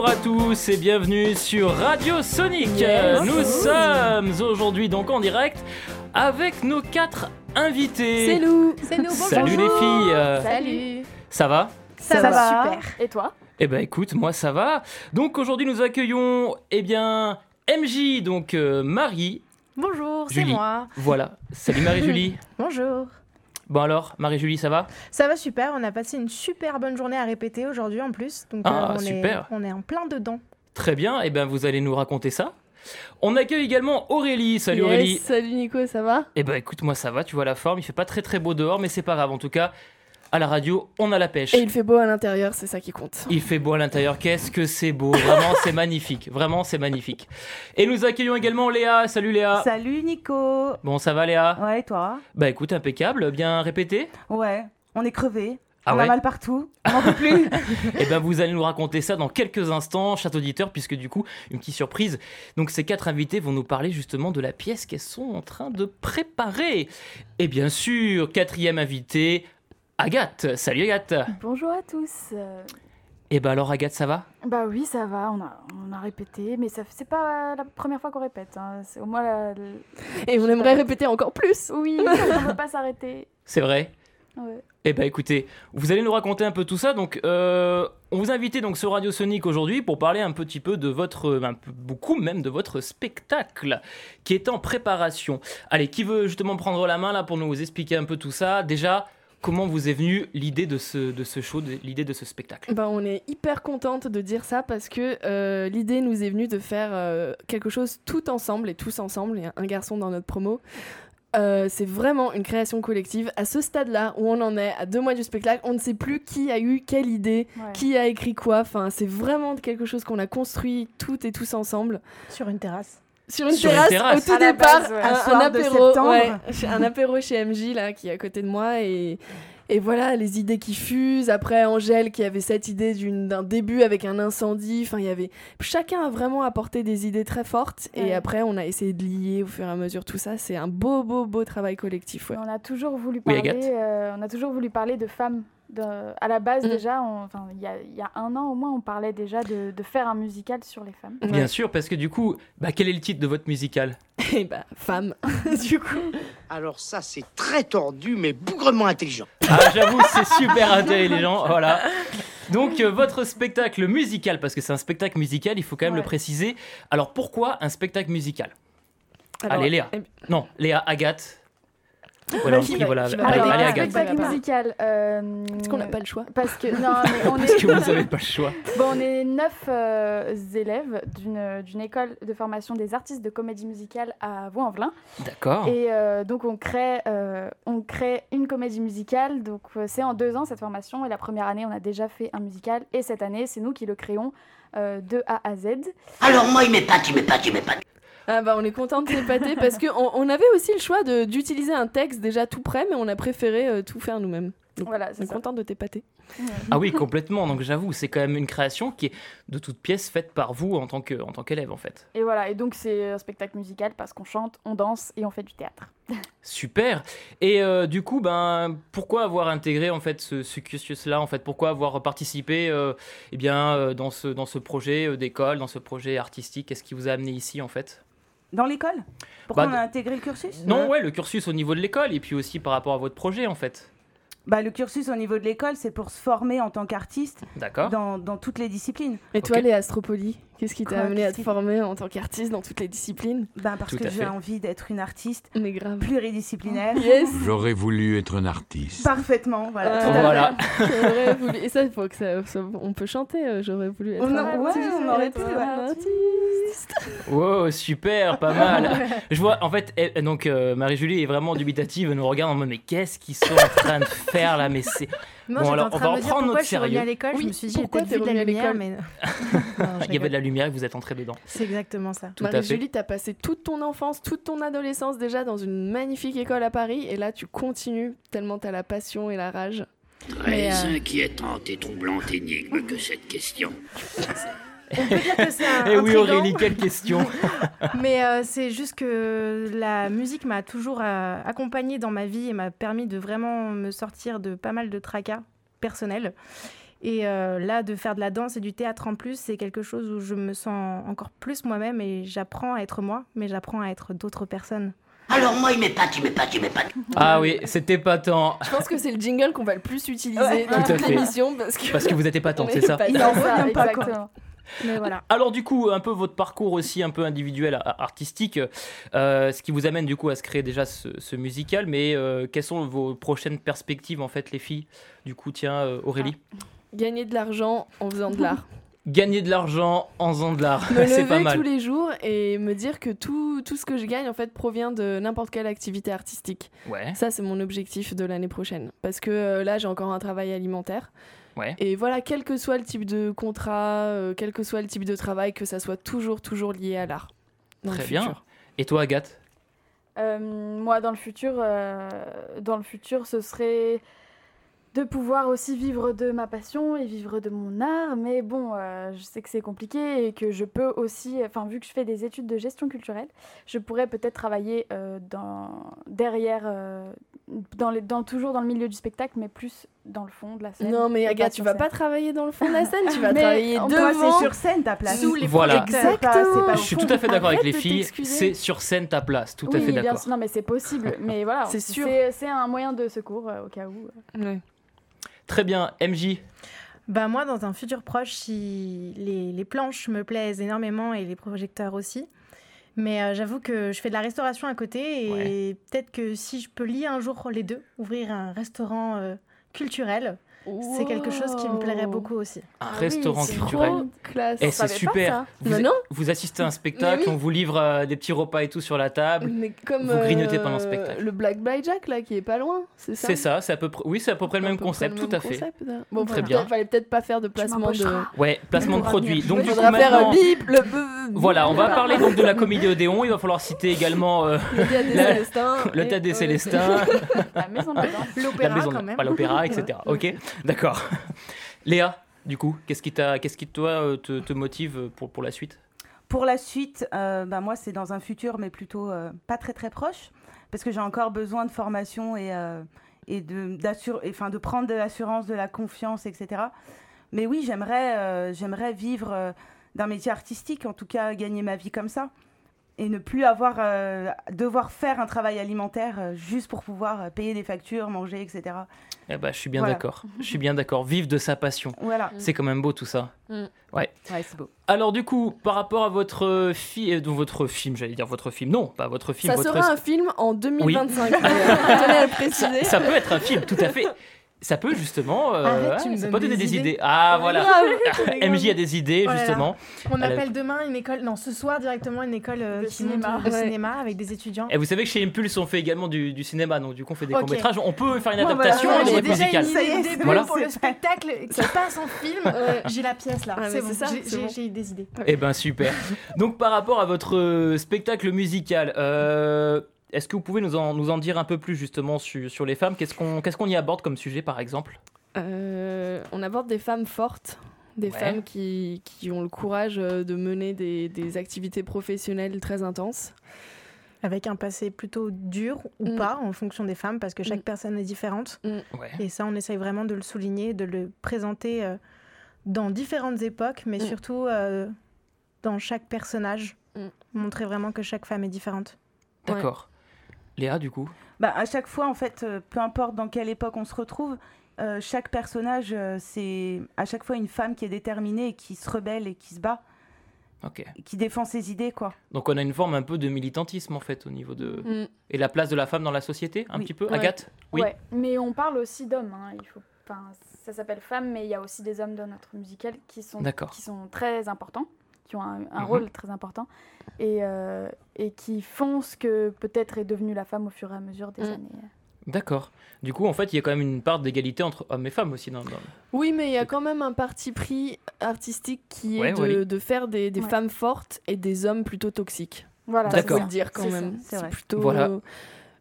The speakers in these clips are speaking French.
Bonjour à tous et bienvenue sur Radio Sonic. Nous sommes aujourd'hui donc en direct avec nos 4 invités. C'est nous, bonjour. Salut les filles. Salut. Ça va ? Ça va, super. Et toi ? Eh ben écoute, moi ça va. Donc aujourd'hui nous accueillons MJ, donc Marie. Bonjour, Julie. c'est moi. Voilà. Salut Marie-Julie. Bonjour. Bon alors, Marie-Julie, ça va ? Ça va super, on a passé une super bonne journée à répéter aujourd'hui en plus. Donc super. On est en plein dedans. Très bien, eh ben vous allez nous raconter ça. On accueille également Aurélie. Salut Aurélie. Salut Nico, ça va ? Eh ben écoute, moi ça va, tu vois la forme, il fait pas très très beau dehors, mais c'est pas grave, en tout cas, à la radio, on a la pêche. Et il fait beau à l'intérieur, c'est ça qui compte. Il fait beau à l'intérieur, qu'est-ce que c'est beau, vraiment c'est magnifique, vraiment c'est magnifique. Et nous accueillons également Léa. Salut Léa. Salut Nico. Bon, ça va Léa ? Ouais, et toi ? Bah écoute, impeccable, bien répété ? Ouais, on est crevés. Ah On ouais a mal partout, on n'en peut plus. Eh ben vous allez nous raconter ça dans quelques instants, chers auditeurs, puisque du coup, une petite surprise. Donc ces 4 invités vont nous parler justement de la pièce qu'elles sont en train de préparer. Et bien sûr, 4e invité, Agathe. Salut Agathe. Bonjour à tous. Eh ben alors Agathe, ça va ? Bah oui, ça va, on a répété, mais c'est pas la première fois qu'on répète. Hein. C'est au moins Et on aimerait répéter encore plus. Oui, on ne peut pas s'arrêter. C'est vrai ? Ouais. Eh ben écoutez, vous allez nous raconter un peu tout ça. Donc, on vous a invité donc sur Radio Sonic aujourd'hui pour parler un petit peu de beaucoup même de votre spectacle qui est en préparation. Allez, qui veut justement prendre la main là pour nous expliquer un peu tout ça ? Déjà, comment vous est venue l'idée de ce show, l'idée de ce spectacle ? Ben, on est hyper contente de dire ça parce que l'idée nous est venue de faire quelque chose tout ensemble et tous ensemble. Il y a un garçon dans notre promo. C'est vraiment une création collective. À ce stade-là où on en est, à 2 mois du spectacle, on ne sait plus qui a eu quelle idée, qui a écrit quoi. Enfin, c'est vraiment quelque chose qu'on a construit toutes et tous ensemble. Sur une terrasse. Sur une terrasse, au tout à départ, base, ouais. un apéro, un apéro chez MJ là, qui est à côté de moi et voilà, les idées qui fusent. Après, Angèle qui avait cette idée d'un début avec un incendie. Enfin, chacun a vraiment apporté des idées très fortes. Ouais. Et après, on a essayé de lier au fur et à mesure tout ça. C'est un beau travail collectif. Ouais. On a toujours voulu parler de femmes. À la base, déjà, il y a 1 an au moins, on parlait déjà de faire un musical sur les femmes. Ouais. Bien sûr, parce que du coup, quel est le titre de votre musical ? Eh ben, Femme, du coup. Alors ça, c'est très tordu, mais bougrement intelligent. Ah, j'avoue, c'est super intelligent, voilà. Donc, votre spectacle musical, parce que c'est un spectacle musical, il faut quand même le préciser. Alors, pourquoi un spectacle musical ? Allez, Léa. Non, Léa, Agathe. Voilà, allez, spectacle musical. Est-ce qu'on n'a pas le choix ? Parce que vous n'avez pas le choix. Bon, on est 9 élèves d'une école de formation des artistes de comédie musicale à Vaux-en-Velin. D'accord. Et donc on crée une comédie musicale. Donc c'est en 2 ans cette formation. Et la première année, on a déjà fait un musical. Et cette année, c'est nous qui le créons de A à Z. Alors moi, il m'épate. Ah bah on est content de t'épater parce qu'on avait aussi le choix d'utiliser un texte déjà tout prêt, mais on a préféré tout faire nous-mêmes. Donc voilà, on est content de t'épater. Ah oui, complètement. Donc j'avoue, c'est quand même une création qui est de toute pièce faite par vous en tant qu'élève en fait. Et voilà, et donc c'est un spectacle musical parce qu'on chante, on danse et on fait du théâtre. Super. Et du coup, pourquoi avoir intégré en fait ce cursus-là en fait ? Pourquoi avoir participé dans ce projet d'école, dans ce projet artistique ? Qu'est-ce qui vous a amené ici en fait ? Dans l'école ? Pourquoi on a intégré le cursus ? Non, le cursus au niveau de l'école et puis aussi par rapport à votre projet en fait. Le cursus au niveau de l'école, c'est pour se former en tant qu'artiste. D'accord. Dans toutes les disciplines. Et toi, Léa Astropolis, qu'est-ce qui t'a amené à te former en tant qu'artiste dans toutes les disciplines ? Parce que j'ai envie d'être une artiste pluridisciplinaire. Yes. J'aurais voulu être un artiste. Parfaitement, voilà. Voilà. J'aurais voulu... Et ça, faut que on peut chanter. J'aurais voulu être un artiste. On aurait pu être un artiste. Wow, super, pas mal. Je vois, en fait, Marie-Julie est vraiment dubitative, elle nous regarde en mode mais qu'est-ce qu'ils sont en train de faire là ? Mais c'est... Moi, bon, alors, on va reprendre notre sérieux. Je suis revenue à l'école, oui, je me suis dit, j'ai pourquoi peut-être vu de la lumière, mais... Il y avait de la lumière et vous êtes entrés dedans. C'est exactement ça. Marie-Julie, t'as passé toute ton enfance, toute ton adolescence déjà dans une magnifique école à Paris, et là, tu continues tellement t'as la passion et la rage. Très inquiétante et troublante énigme que cette question. On peut dire que c'est Et oui, Aurélie, quelle question. Mais c'est juste que la musique m'a toujours accompagnée dans ma vie et m'a permis de vraiment me sortir de pas mal de tracas personnels. Et là, de faire de la danse et du théâtre en plus, c'est quelque chose où je me sens encore plus moi-même et j'apprends à être moi, mais j'apprends à être d'autres personnes. Alors moi, il m'épate. Ah oui, c'était épatant. Je pense que c'est le jingle qu'on va le plus utiliser dans tout à toute fait. l'émission parce que vous êtes épatant, on c'est est ça. Il épatant. en revient pas, quoi. Exactement. Mais voilà. Alors du coup, un peu votre parcours aussi, un peu individuel, artistique, ce qui vous amène du coup à se créer déjà ce musical, mais quelles sont vos prochaines perspectives en fait les filles? Du coup, tiens, Aurélie. Gagner de l'argent en faisant de l'art. Gagner de l'argent en faisant de l'art, Me c'est pas lever mal. tous les jours et me dire que tout ce que je gagne en fait provient de n'importe quelle activité artistique. Ouais, Ça, c'est mon objectif de l'année prochaine. Parce que là, j'ai encore un travail alimentaire. ouais. Et voilà, quel que soit le type de contrat, quel que soit le type de travail, que ça soit toujours lié à l'art. Dans le Très futur. bien. Et toi, Agathe? Moi, dans le futur, ce serait de pouvoir aussi vivre de ma passion et vivre de mon art. Mais bon, je sais que c'est compliqué et que je peux aussi, vu que je fais des études de gestion culturelle, je pourrais peut-être travailler toujours dans le milieu du spectacle, mais plus dans le fond de la scène. Non, mais et Agathe, tu sur vas scène. pas travailler dans le fond de la scène, tu vas Mais travailler toi, Toi, devant. c'est sur scène ta place. Sous les Voilà. projecteurs. Exactement. Je suis tout à fait d'accord avec Arrête les de filles, t'excuser. c'est sur scène ta place, tout à Oui, fait bien d'accord. sûr. Non, mais c'est possible. Mais voilà, C'est sûr. c'est un moyen de secours au cas où. Ouais. Très bien, MJ. Bah moi, dans un futur proche, si les planches me plaisent énormément et les projecteurs aussi. Mais j'avoue que je fais de la restauration à côté et peut-être que si je peux lier un jour les deux, ouvrir un restaurant culturel, c'est quelque chose qui me plairait beaucoup aussi. Un Ah oui, restaurant c'est culturel. trop Classe. Et On c'est savait pas super. ça. Mais non. Vous assistez à un spectacle, Mais oui. on vous livre des petits repas et tout sur la table. Mais comme Vous grignotez pendant le spectacle. Le Black Jack là qui est pas loin, c'est ça. C'est ça, c'est à peu près, oui, c'est à peu près le À même peu près concept, le tout même à fait. concept, là. Bon, Très voilà. bien. Fallait peut-être pas faire de placement de. Ouais, placement de pourras produit. venir. Donc Il du coup faudra faire un maintenant, bip, voilà, on va parler donc de la Comédie Odéon. Il va falloir citer également le théâtre des La- Célestins. le Théâtre des Célestins, La maison de la danse. la L'opéra maison, quand même. pas l'opéra, etc. Ok, d'accord. Léa, du coup, qu'est-ce qui toi te motive pour la suite? Pour la suite, moi, c'est dans un futur, mais plutôt pas très très proche, parce que j'ai encore besoin de formation et de prendre de l'assurance, de la confiance, etc. Mais oui, j'aimerais vivre d'un métier artistique, en tout cas gagner ma vie comme ça, et ne plus devoir faire un travail alimentaire juste pour pouvoir payer des factures, manger, etc. Eh ben, je suis bien Voilà. d'accord. Je suis bien d'accord. Vivre de sa passion. Voilà. C'est quand même beau tout ça. Ouais, c'est beau. Alors du coup, par rapport à votre film, non, pas votre film, Ça votre sera un film en 2025. Je tenais à le préciser. ça peut être un film, tout à fait. Ça peut justement, Arrête, tu me ça donnes peut donner des des idées. idées. Ah voilà, Grave. MJ a des idées Voilà. justement. On Elle a- appelle demain une école, non, ce soir directement une école De qui cinéma. montre le Ouais. cinéma avec des étudiants. Et vous savez que chez Impulse on fait également du cinéma, donc du coup on fait des Ok. courts métrages. On peut faire une Moi, adaptation voilà, et j'ai être déjà musicale. une Ça y est, idée c'est de Voilà. pour le spectacle qui passe en film. J'ai la pièce là. Ah, c'est mais bon. c'est ça, J'ai- c'est bon. J'ai des idées. Eh ben super. Donc par rapport à votre spectacle musical, est-ce que vous pouvez nous en dire un peu plus justement sur les femmes? Qu'est-ce qu'on y aborde comme sujet par exemple? On aborde des femmes fortes, des Ouais. femmes qui ont le courage de mener des activités professionnelles très intenses. Avec un passé plutôt dur ou Mm. pas en fonction des femmes parce que chaque Mm. personne est différente. Ouais. Et ça, on essaye vraiment de le souligner, de le présenter dans différentes époques, mais Mm. surtout dans chaque personnage. Mm. Montrer vraiment que chaque femme est différente. D'accord. Léa du coup? À chaque fois, en fait, peu importe dans quelle époque on se retrouve, chaque personnage, c'est à chaque fois une femme qui est déterminée et qui se rebelle et qui se bat, Ok. et qui défend ses idées, quoi. Donc on a une forme un peu de militantisme en fait au niveau de... Mm. Et la place de la femme dans la société, un Oui. petit peu. Ouais. Agathe? Oui. Ouais, mais on parle aussi d'hommes. Ça s'appelle Femmes, mais il y a aussi des hommes dans notre musical qui sont D'accord. très importants, qui ont un Mhm. rôle très important et qui font ce que peut-être est devenue la femme au fur et à mesure des Mm. années. D'accord. Du coup, en fait, il y a quand même une part d'égalité entre hommes et femmes aussi dans... Oui, mais il y a quand même un parti pris artistique qui Ouais, est Wally. de faire des Ouais. femmes fortes et des hommes plutôt toxiques. Voilà, D'accord. Faut le dire quand C'est même. ça, c'est vrai. Plutôt. Voilà.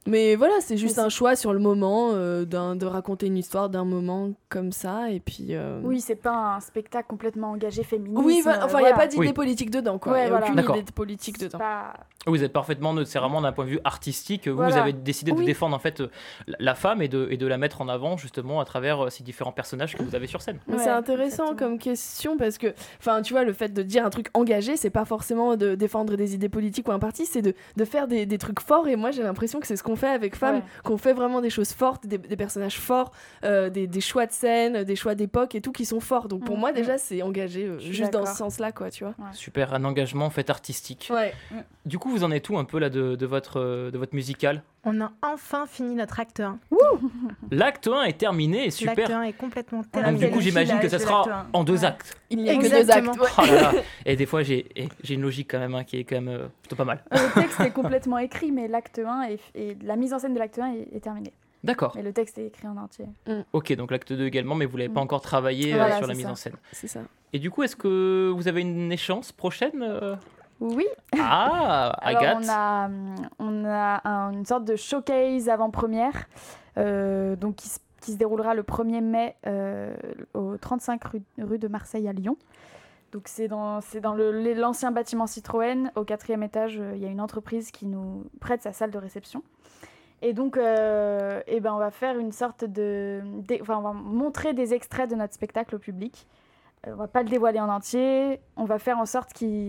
Mais voilà, c'est juste Mais un choix sur le moment de raconter une histoire d'un moment comme ça. Et puis. Oui, c'est pas un spectacle complètement engagé féministe. Oui, enfin, il n'y a pas d'idée Oui. politique dedans, quoi. Ouais, Il n'y a voilà. aucune D'accord. idée politique C'est dedans. pas... Vous êtes parfaitement neutre, c'est vraiment d'un point de vue artistique. Vous Voilà. avez décidé de Oui. défendre en fait la femme et de la mettre en avant justement à travers ces différents personnages que vous avez sur scène. Mais Ouais, c'est intéressant exactement. comme question parce que, enfin, tu vois, le fait de dire un truc engagé, c'est pas forcément de défendre des idées politiques ou un parti, c'est de faire des trucs forts. Et moi, j'ai l'impression que c'est ce qu'on fait avec Femmes, Ouais. qu'on fait vraiment des choses fortes, des personnages forts, des choix de scène, des choix d'époque et tout qui sont forts. Donc pour Mm. moi, déjà, c'est engagé Je suis juste dans ce d'accord. sens-là, quoi, tu vois. Super, un engagement en fait artistique. Ouais. Du coup, vous en êtes où un peu là de votre musical? On a enfin fini notre acte 1. L'acte 1 est terminé et super. L'acte 1 est complètement On a Donc, terminé. du coup, j'imagine que ça filage de l'acte sera un. en 2 Ouais. actes. Il n'y a que deux Exactement. actes. Ouais. Oh là là. Et des fois, j'ai une logique quand même qui est quand même plutôt pas mal. Le texte est complètement écrit, mais l'acte 1 et la mise en scène de l'acte 1 est terminée. D'accord. Mais le texte est écrit en entier. Ok, donc l'acte 2 également, mais vous l'avez pas encore travaillé Voilà, sur la c'est mise ça. en scène. C'est ça. Et du coup, est-ce que vous avez une échéance prochaine Oui. Ah, Alors, Agathe. on a une sorte de showcase avant-première donc qui se déroulera le 1er mai au 35 rue de Marseille à Lyon. Donc c'est dans l'ancien bâtiment Citroën. Au 4e étage, il y a une entreprise qui nous prête sa salle de réception. Et donc, on va faire une sorte on va montrer des extraits de notre spectacle au public. On va pas le dévoiler en entier. On va faire en sorte qu'il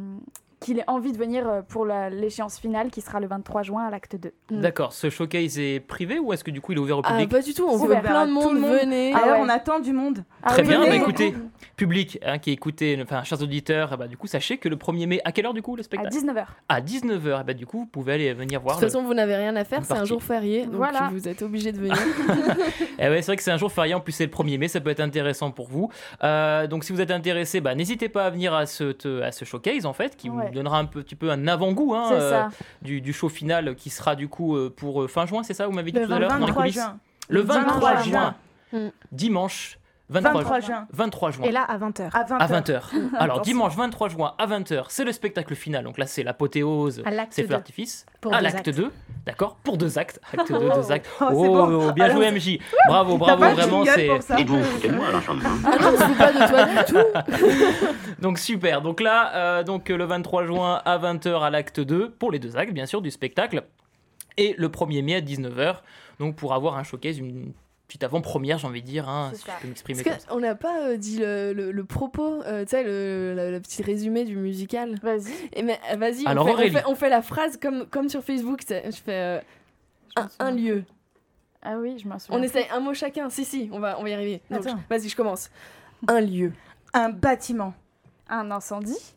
ait envie de venir pour l'échéance finale qui sera le 23 juin à l'acte 2. D'accord, ce showcase est privé ou est-ce que du coup il est ouvert au Ah, public? pas du tout, on veut Ouvert plein de à tout monde, le monde. venez. Ah D'ailleurs, ouais. on attend du monde. Très bien, oui, bah oui. écoutez, public qui écoutez, enfin chers auditeurs, du coup sachez que le 1er mai, à quelle heure du coup le À spectacle? 19h. À 19h, du coup vous pouvez aller venir De voir. toute façon, vous n'avez rien à faire, une c'est un partie. jour férié, donc Voilà. vous êtes obligé de venir. Eh ouais, c'est vrai que c'est un jour férié, en plus c'est le 1er mai, ça peut être intéressant pour vous. Donc si vous êtes intéressé, n'hésitez pas à venir à ce showcase en fait, qui Ouais. vous donnera un petit peu un avant-goût C'est ça. du show final qui sera du coup pour fin juin, c'est ça vous m'avez dit Le tout à l'heure dans les 23 coulisses? juin. Le 23 23 juin, juin. dimanche 23 juin. 23 juin. Et là, à 20h. À 20h. À 20h. Alors dimanche 23 juin à 20h, c'est le spectacle final. Donc là, c'est l'apothéose, À l'acte c'est feu 2. d'artifice. Pour À 2 l'acte actes. 2, d'accord? Pour 2 actes. Acte 2, 2 actes. Oh, c'est bon. Bien Alors, joué MJ. Bravo, T'as bravo, pas de vraiment, jingle c'est... pour ça. Dites-vous, foutez-moi l'enchantement. Ah non, on se fout pas de toi du tout. Donc super. Donc là, le 23 juin à 20h à l'acte 2, pour les 2 actes, bien sûr, du spectacle. Et le 1er mai à 19h, donc pour avoir un showcase, une petite avant-première, j'ai envie de dire, C'est si ça. je peux m'exprimer Parce comme ça. qu'on n'a pas dit le propos, tu sais, le petit résumé du musical. Vas-y. Et mais vas-y, Alors, Aurélie. on fait la phrase comme sur Facebook. Je fais Je me un souviens. lieu. Ah oui, je m'en souviens. On essaye un mot chacun. Si, on va y arriver. Donc, Attends. vas-y, je commence. Un lieu. Un bâtiment. Un incendie.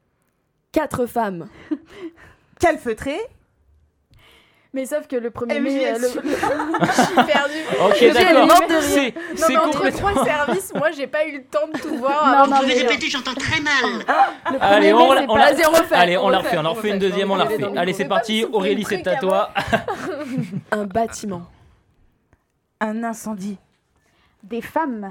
4 femmes. Calfeutré. Mais sauf que le 1er MJ mai... est le- sûr. Je suis perdue. Ok, J'ai d'accord. morte de C'est Non, mais entre complètement... 3 services, moi, j'ai pas eu le temps de tout voir. Non, avant non, de Vous mais- pouvez répéter, j'entends très mal. le Allez, 1er on mai, la- c'est on pas- la- Vas-y, on refait. Allez, on la refait, on en refait une deuxième, on la Dans le refait. micro. Allez, c'est Mais pas parti. si c'était Aurélie, le c'est truc à toi. Un bâtiment. Un incendie. Des femmes.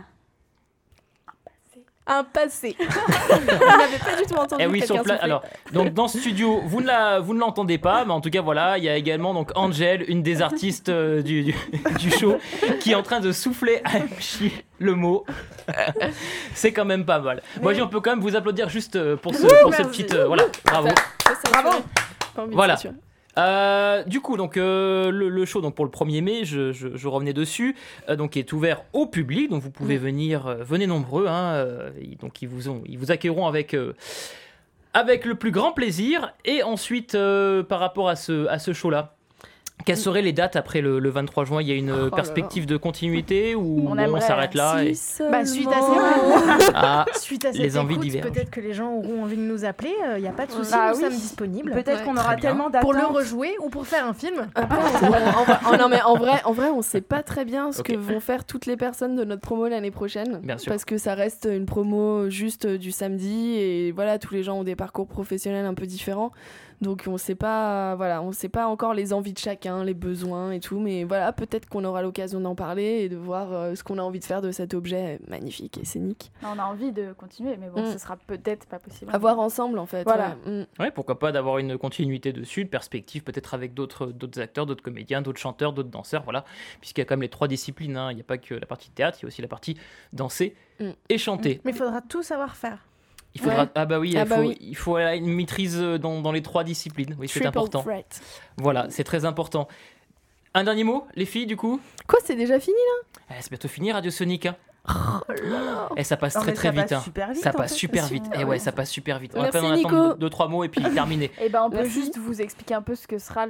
Un passé. On n'avait pas du tout entendu. Eh oui, quelqu'un sur place. souffler. Alors, donc dans ce studio, vous ne l'entendez pas, mais en tout cas, voilà, il y a également donc Angel, une des artistes du show, qui est en train de souffler à MJ le mot. C'est quand même pas mal. Moi, on peut quand même vous applaudir juste pour cette merci. petite. Voilà, bravo. Bravo. Pas envie de Voilà. censurer. Du coup, donc le show donc pour le 1er mai, je revenais dessus, donc est ouvert au public, donc vous pouvez venir, venez nombreux, donc ils vous accueilleront avec le plus grand plaisir. Et ensuite, par rapport à ce show-là, quelles seraient les dates après le 23 juin? Il y a une là perspective de continuité ou on aimerait, s'arrête là et... Bah, suite à Seulement. ça, Ah, suite à cette Les envies écoute, divergent. peut-être que les gens auront envie de nous appeler. Il n'y a pas de souci, Bah nous oui. sommes disponibles. Peut-être Ouais. qu'on aura Très bien. tellement d'attentes. Pour le rejouer ou pour faire un film. Après, non mais en vrai, on sait pas très bien ce Ok. que vont faire toutes les personnes de notre promo l'année prochaine. Bien sûr. Parce que ça reste une promo juste du samedi et voilà, tous les gens ont des parcours professionnels un peu différents. Donc on sait pas encore les envies de chacun. moyens, les besoins et tout. Mais voilà, peut-être qu'on aura l'occasion d'en parler et de voir ce qu'on a envie de faire de cet objet magnifique et scénique. On a envie de continuer, mais bon, ce sera peut-être pas possible. À voir ensemble, en fait. Voilà. Ouais, pourquoi pas d'avoir une continuité dessus, de perspective, peut-être avec d'autres acteurs, d'autres comédiens, d'autres chanteurs, d'autres danseurs, voilà. Puisqu'il y a quand même les 3 disciplines, hein. Il n'y a pas que la partie théâtre, il y a aussi la partie danser et chanter. Mais il faudra tout savoir faire. Il faudra... Ouais. Ah bah oui, oui. il faut une maîtrise dans les 3 disciplines. Oui, c'est Triple important. threat. Voilà, c'est très important. Un dernier mot, les filles, du coup? Quoi, c'est déjà fini là? C'est bientôt fini, Radio Sonic. Hein. Oh là là. Et ça passe Non, très mais très ça vite. passe Hein. super vite, Ça en passe fait. super vite. Et ouais, ça passe super vite. On va Merci, pas en Nico. attendre 2-3 mots et puis terminé. Et ben on peut Merci. juste vous expliquer un peu ce que sera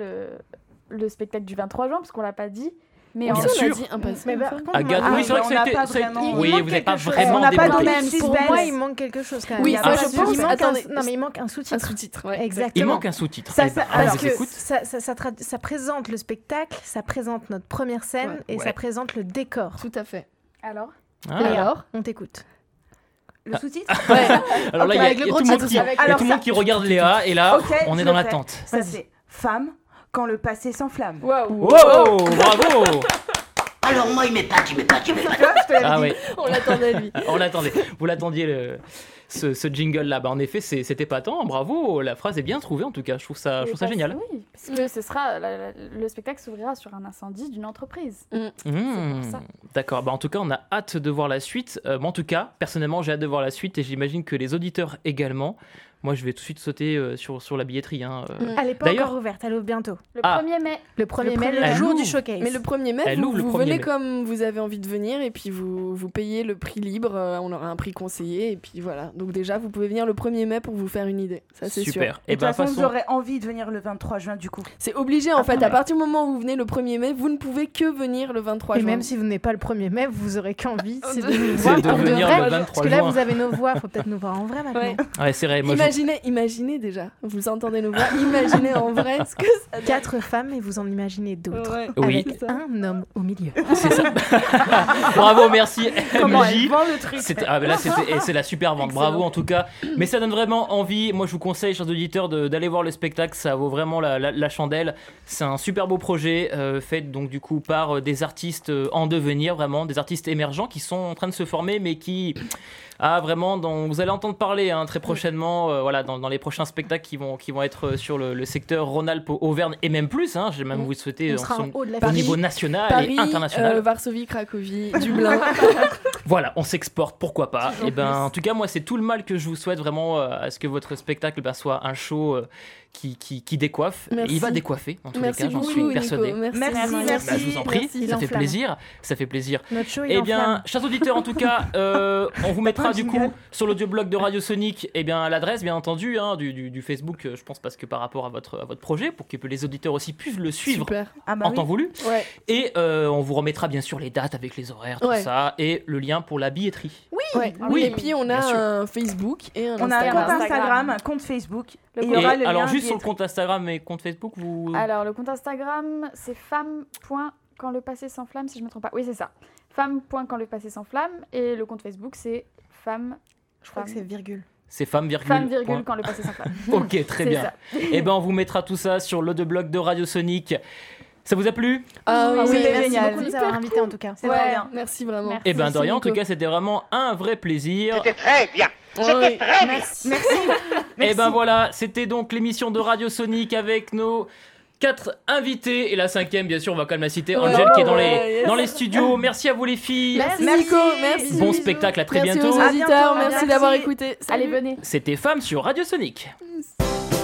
le spectacle du 23 juin, parce qu'on l'a pas dit. Mais Bien en On a sûr. dit un passé. Mais enfin. par contre, Agathe, moi- oui, c'est vrai que on ça n'a a été. pas ça a été- vraiment- Oui, Il vous n'avez manque pas quelque chose. vraiment On n'a pas développé. dans le même Pour suspense. moi, il manque quelque chose quand même. Oui, Il y a ça, pas je de- pense. il manque Attendez. non, mais il manque un Un sous-titre. sous-titre, ouais. Exactement. Il manque un sous-titre. Ça, Eh ben, ça- on Parce vous que écoute. ça présente le spectacle, ça présente notre première scène Ouais. et Ouais. ça présente le décor. Tout à fait. Alors Ah. Et alors On t'écoute. Le sous-titre Ouais. Alors là, il y a Avec le gros tout le monde titre, qui- avec- il y a Alors tout le monde ça- qui regarde Léa et là, Ok, on est je dans le fais. l'attente. Ça, c'est Femme, quand le passé s'enflamme. Waouh. Wow, bravo. Alors moi, il m'épate. Tu vois, je te l'avais Ah dit. oui, On l'attendait, lui. on l'attendait. Vous l'attendiez ce jingle-là. Bah en effet, c'était épatant. Bravo, la phrase est bien trouvée en tout cas. Je trouve ça génial. Oui, parce que ce sera le spectacle s'ouvrira sur un incendie d'une entreprise. Mmh, pour ça. D'accord. Bah en tout cas, on a hâte de voir la suite. Moi, en tout cas, personnellement, j'ai hâte de voir la suite et j'imagine que les auditeurs également. Moi, je vais tout de suite sauter sur la billetterie. Hein. Elle n'est pas D'ailleurs- encore ouverte, elle ouvre bientôt. Le Ah. 1er mai. Le 1er mai, Elle le jour ouvre. du showcase. Mais le 1er mai, Elle vous, ouvre le vous 1er venez mai. comme vous avez envie de venir et puis vous payez le prix libre. On aura un prix conseillé et puis voilà. Donc déjà, vous pouvez venir le 1er mai pour vous faire une idée. Ça, c'est sûr. Super. Et Et de ben toute façon, vous aurez envie de venir le 23 juin du coup. C'est obligé en fait. voilà. À partir du moment où vous venez le 1er mai, vous ne pouvez que venir le 23 Et juin. même si vous n'êtes pas le 1er mai, vous aurez qu'envie, c'est de C'est nous voir de pour de venir vrai. le 23 Parce que là, juin. vous avez nos voix, il faut peut-être nous voir en vrai maintenant. Ouais. Ouais, c'est vrai. Moi, Imaginez déjà. Vous entendez nos voix. Imaginez en vrai ce que ça donne. 4 femmes et vous en imaginez d'autres. Ouais. Oui. Avec un homme au milieu. C'est ça. Bravo, merci Comment MJ. elle vend le truc. C'est la super vente. Bravo en tout cas. Mais ça donne vraiment envie. Moi, je vous conseille, chers auditeurs, d'aller voir le spectacle. Ça vaut vraiment la chandelle. C'est un super beau projet fait donc du coup par des artistes en devenir, vraiment des artistes émergents qui sont en train de se former, mais qui vraiment, vous allez entendre parler très prochainement, voilà, dans les prochains spectacles qui vont être sur le secteur Rhône-Alpes, Auvergne et même plus. J'ai même vous souhaiter On sera en haut de la au fiche. niveau national Paris, et international. Varsovie, Cracovie, Dublin. Voilà, on s'exporte, pourquoi pas. Et ben, en tout cas, moi, c'est tout le mal que je vous souhaite vraiment à ce que votre spectacle soit un show qui décoiffe. Et Merci. il va décoiffer, en tous les Merci cas, j'en beaucoup, suis Nico. persuadé. Merci. Merci. Bah, je vous en prie, Merci, ça fait l'enflamme. plaisir. Ça fait plaisir. Notre show, il Eh enflamme. bien, chers auditeurs, en tout cas, on vous mettra du coup jingle. sur l'audioblog de Radio Sonic l'adresse, bien entendu, du Facebook, je pense, parce que par rapport à votre projet, pour que les auditeurs aussi puissent le suivre Super. Ah bah en oui. temps voulu. Ouais. Et on vous remettra bien sûr les dates avec les horaires, tout Ouais. ça, et le lien pour la billetterie. Ouais. Oui, Et puis on bien sûr. a un Facebook et un On a un Instagram. compte Instagram, un compte Facebook. Le Et il compte- y aura Et le alors, lien juste sur le billetterie. compte Instagram et compte Facebook, vous. Alors, le compte Instagram, c'est femme.quand le passé s'enflamme, si je ne me trompe pas. Oui, c'est ça. Femme.quand le passé s'enflamme. Et le compte Facebook, c'est femme. Je crois que c'est virgule. C'est femme, virgule. Femme, virgule, point. quand le passé s'enflamme. Ok, très C'est bien. ça. Et ben, on vous mettra tout ça sur l'audio-blog de Radio Sonic. Ça vous a plu? Ah oui, Ah oui, Merci c'était génial. beaucoup de nous avoir invités en tout cas. C'est Ouais. trop bien. Merci vraiment. Merci. Et ben, de rien, en Nico. tout cas, c'était vraiment un vrai plaisir. C'était très bien. Ouais. Merci. Et ben voilà, c'était donc l'émission de Radio Sonic avec nos 4 invités. Et la 5e, bien sûr, on va quand même la citer, Ouais. Angel, qui est dans Ouais, yes. les studios. Merci à vous, les filles. Merci, Merci. Nico. Merci. Bon spectacle, à très Merci bientôt. aux À auditeurs. bientôt. Merci Merci. d'avoir écouté. Allez, Salut. venez. C'était Femmes sur Radio Sonic.